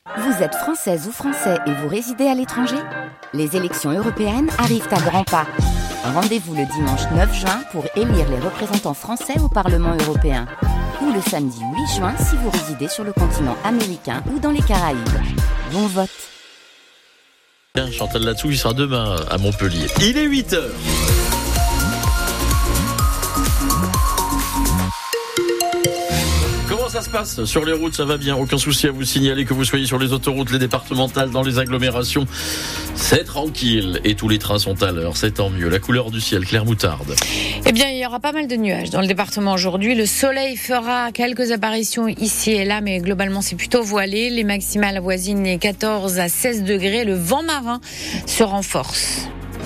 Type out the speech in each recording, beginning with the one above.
Vous êtes française ou français et vous résidez à l'étranger ? Les élections européennes arrivent à grands pas. Rendez-vous le dimanche 9 juin pour élire les représentants français au Parlement européen. Ou le samedi 8 juin si vous résidez sur le continent américain ou dans les Caraïbes. Bon vote. Chantal Latsou, il sera demain à Montpellier. Il est 8h. Comment ça se passe sur les routes? Ça va bien, aucun souci à vous signaler, que vous soyez sur les autoroutes, les départementales, dans les agglomérations. C'est tranquille et tous les trains sont à l'heure, c'est tant mieux. La couleur du ciel, Claire Moutarde. Eh bien, il y aura pas mal de nuages dans le département aujourd'hui. Le soleil fera quelques apparitions ici et là, mais globalement, c'est plutôt voilé. Les maximales avoisinent les 14 à 16 degrés. Le vent marin se renforce.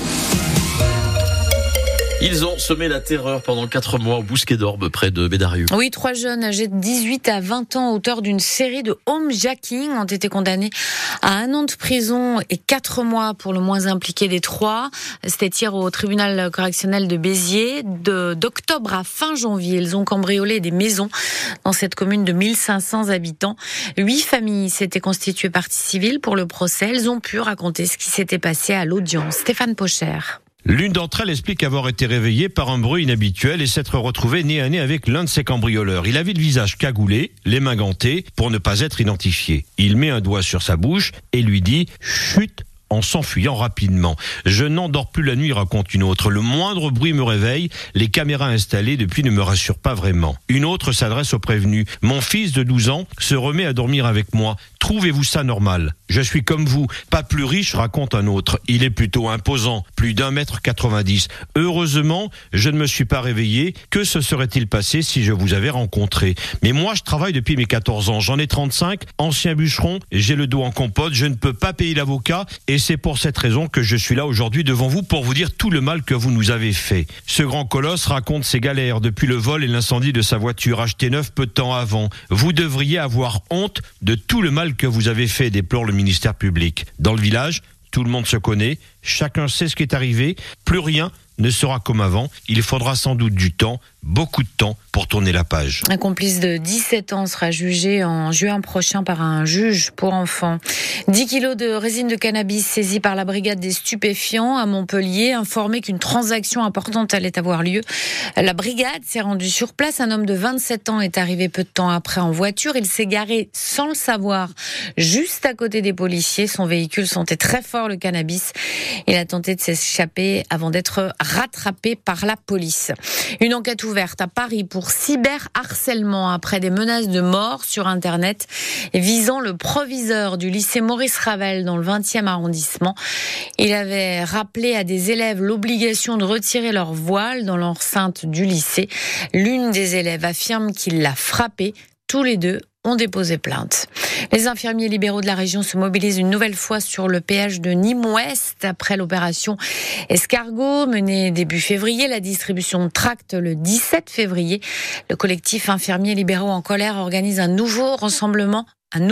Ils ont semé la terreur pendant 4 mois au Bousquet d'Orbe, près de Bédarieux. Oui, 3 jeunes âgés de 18 à 20 ans, auteurs d'une série de homejacking, ont été condamnés à 1 an de prison et 4 mois pour le moins impliqué des 3. C'était hier au tribunal correctionnel de Béziers. D'octobre à fin janvier, ils ont cambriolé des maisons dans cette commune de 1500 habitants. 8 familles s'étaient constituées partie civile pour le procès. Elles ont pu raconter ce qui s'était passé à l'audience. Stéphane Pocher. L'une d'entre elles explique avoir été réveillée par un bruit inhabituel et s'être retrouvée nez à nez avec l'un de ses cambrioleurs. Il avait le visage cagoulé, les mains gantées, pour ne pas être identifié. Il met un doigt sur sa bouche et lui dit « Chut !» en s'enfuyant rapidement. « Je n'endors plus la nuit », raconte une autre. « Le moindre bruit me réveille. Les caméras installées depuis ne me rassurent pas vraiment. » Une autre s'adresse au prévenu. « Mon fils de 12 ans se remet à dormir avec moi. Trouvez-vous ça normal ? Je suis comme vous, pas plus riche, raconte un autre. Il est plutôt imposant, plus d'1m90. Heureusement, je ne me suis pas réveillé. Que se serait-il passé si je vous avais rencontré ? Mais moi, je travaille depuis mes 14 ans. J'en ai 35, ancien bûcheron, j'ai le dos en compote, je ne peux pas payer l'avocat et c'est pour cette raison que je suis là aujourd'hui devant vous pour vous dire tout le mal que vous nous avez fait. Ce grand colosse raconte ses galères depuis le vol et l'incendie de sa voiture achetée neuve peu de temps avant. Vous devriez avoir honte de tout le mal que vous avez fait, déplore le ministère public. Dans le village, tout le monde se connaît, chacun sait ce qui est arrivé, plus rien ne sera comme avant. Il faudra sans doute du temps, beaucoup de temps, pour tourner la page. Un complice de 17 ans sera jugé en juin prochain par un juge pour enfants. 10 kilos de résine de cannabis saisis par la brigade des stupéfiants à Montpellier, informé qu'une transaction importante allait avoir lieu. La brigade s'est rendue sur place. Un homme de 27 ans est arrivé peu de temps après en voiture. Il s'est garé sans le savoir juste à côté des policiers. Son véhicule sentait très fort le cannabis. Il a tenté de s'échapper avant d'être rattrapé par la police. Une enquête ouverte à Paris pour cyberharcèlement après des menaces de mort sur Internet visant le proviseur du lycée Maurice Ravel dans le 20e arrondissement. Il avait rappelé à des élèves l'obligation de retirer leur voile dans l'enceinte du lycée. L'une des élèves affirme qu'il l'a frappé. Tous les deux ont déposé plainte. Les infirmiers libéraux de la région se mobilisent une nouvelle fois sur le péage de Nîmes-Ouest après l'opération Escargot menée début février, la distribution de tracts le 17 février. Le collectif infirmiers libéraux en colère organise un nouveau rassemblement.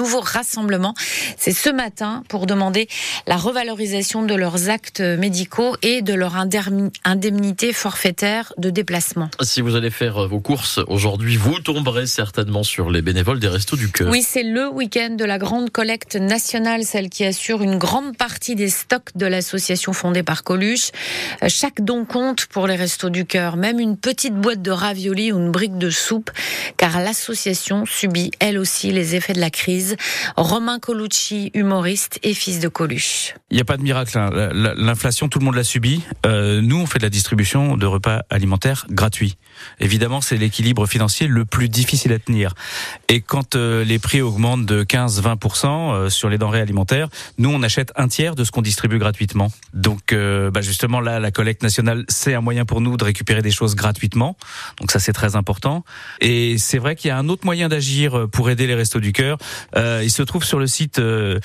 C'est ce matin pour demander la revalorisation de leurs actes médicaux et de leur indemnité forfaitaire de déplacement. Si vous allez faire vos courses aujourd'hui, vous tomberez certainement sur les bénévoles des Restos du Cœur. Oui, c'est le week-end de la grande collecte nationale, celle qui assure une grande partie des stocks de l'association fondée par Coluche. Chaque don compte pour les Restos du Cœur, même une petite boîte de raviolis ou une brique de soupe, car l'association subit elle aussi les effets de la crise. Romain Colucci, humoriste et fils de Coluche. Il n'y a pas de miracle, hein. L'inflation, tout le monde l'a subi. Nous, on fait de la distribution de repas alimentaires gratuits. Évidemment, c'est l'équilibre financier le plus difficile à tenir. Et quand les prix augmentent de 15-20% sur les denrées alimentaires, nous, on achète un tiers de ce qu'on distribue gratuitement. Donc, justement, là, la collecte nationale, c'est un moyen pour nous de récupérer des choses gratuitement. Donc ça, c'est très important. Et c'est vrai qu'il y a un autre moyen d'agir pour aider les Restos du Cœur. Il se trouve sur le site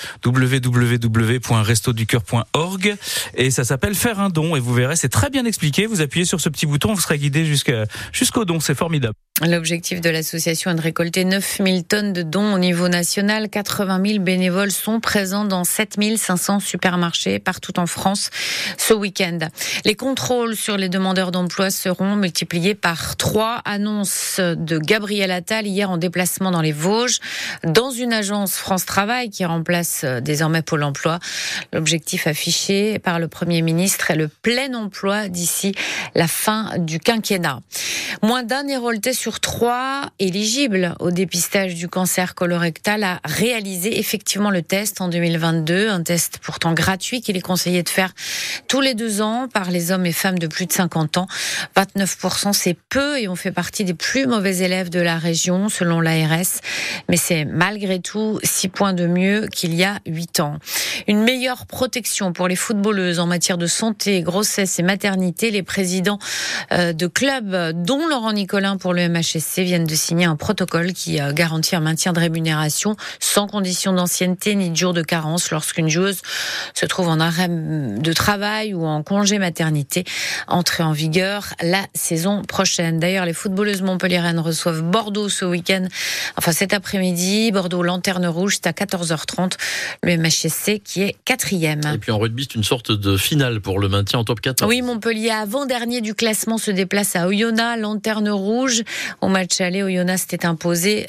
www.restoducoeur.org et ça s'appelle Faire un don et vous verrez, c'est très bien expliqué. Vous appuyez sur ce petit bouton, vous serez guidé jusqu'au don, c'est formidable. L'objectif de l'association est de récolter 9000 tonnes de dons au niveau national. 80 000 bénévoles sont présents dans 7500 supermarchés partout en France ce week-end. Les contrôles sur les demandeurs d'emploi seront multipliés par 3. Annonce de Gabriel Attal hier en déplacement dans les Vosges, dans une agence France Travail qui remplace désormais Pôle emploi. L'objectif affiché par le Premier ministre est le plein emploi d'ici la fin du quinquennat. Moins d'un Héraultais sur 3 éligibles au dépistage du cancer colorectal a réalisé effectivement le test en 2022. Un test pourtant gratuit qu'il est conseillé de faire tous les 2 ans par les hommes et femmes de plus de 50 ans. 29%, c'est peu et on fait partie des plus mauvais élèves de la région selon l'ARS. Mais c'est malgré tout 6 points de mieux qu'il y a 8 ans. Une meilleure protection pour les footballeuses en matière de santé, grossesse et maternité. Les présidents de clubs, dont Laurent Nicolin pour le MHSC, viennent de signer un protocole qui garantit un maintien de rémunération sans condition d'ancienneté ni de jour de carence lorsqu'une joueuse se trouve en arrêt de travail ou en congé maternité. Entrée en vigueur la saison prochaine. D'ailleurs, les footballeuses montpelliéraines reçoivent Bordeaux ce week-end, enfin cet après-midi. Bordeaux Lanterne Rouge, c'est à 14h30. Le MHSC qui est 4e. Et puis en rugby, c'est une sorte de finale pour le maintien en top 14. Oui, Montpellier, avant-dernier du classement, se déplace à Oyonnax, Lanterne Rouge. Au match aller, Oyonnax s'était imposé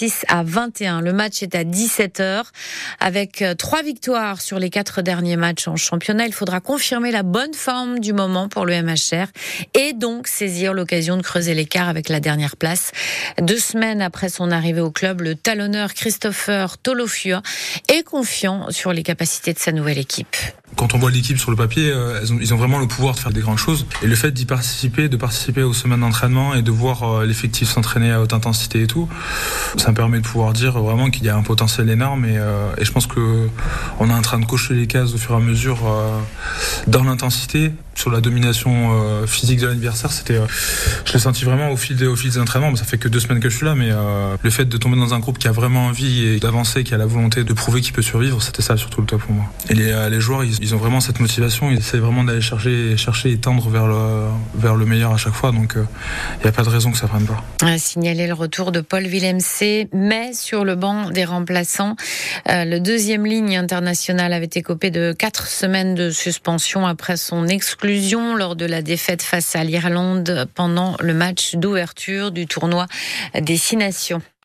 26-21. Le match est à 17h. Avec 3 victoires sur les 4 derniers matchs en championnat, il faudra confirmer la bonne forme du moment pour le MHR et donc saisir l'occasion de creuser l'écart avec la dernière place. 2 semaines après son arrivée au club, le talonneur Christopher Tolofua est confiant sur les capacités de sa nouvelle équipe. Quand on voit l'équipe sur le papier, ils ont vraiment le pouvoir de faire des grandes choses. Et le fait d'y participer, de participer aux semaines d'entraînement et de voir l'effectif s'entraîner à haute intensité et tout, ça me permet de pouvoir dire vraiment qu'il y a un potentiel énorme. Et je pense que on est en train de cocher les cases au fur et à mesure dans l'intensité. Sur la domination physique de l'adversaire, je l'ai senti vraiment au fil des entraînements. Ça fait que 2 semaines que je suis là, mais le fait de tomber dans un groupe qui a vraiment envie et d'avancer, qui a la volonté de prouver qu'il peut survivre, c'était ça surtout le top pour moi. Et les joueurs, ils ont vraiment cette motivation, ils essaient vraiment d'aller chercher et tendre vers le meilleur à chaque fois, donc il n'y a pas de raison que ça prenne pas. A signalé le retour de Paul Villemc, mais sur le banc des remplaçants. Le 2e ligne internationale avait écopé de 4 semaines de suspension après son exclusion lors de la défaite face à l'Irlande pendant le match d'ouverture du tournoi des 6 nations.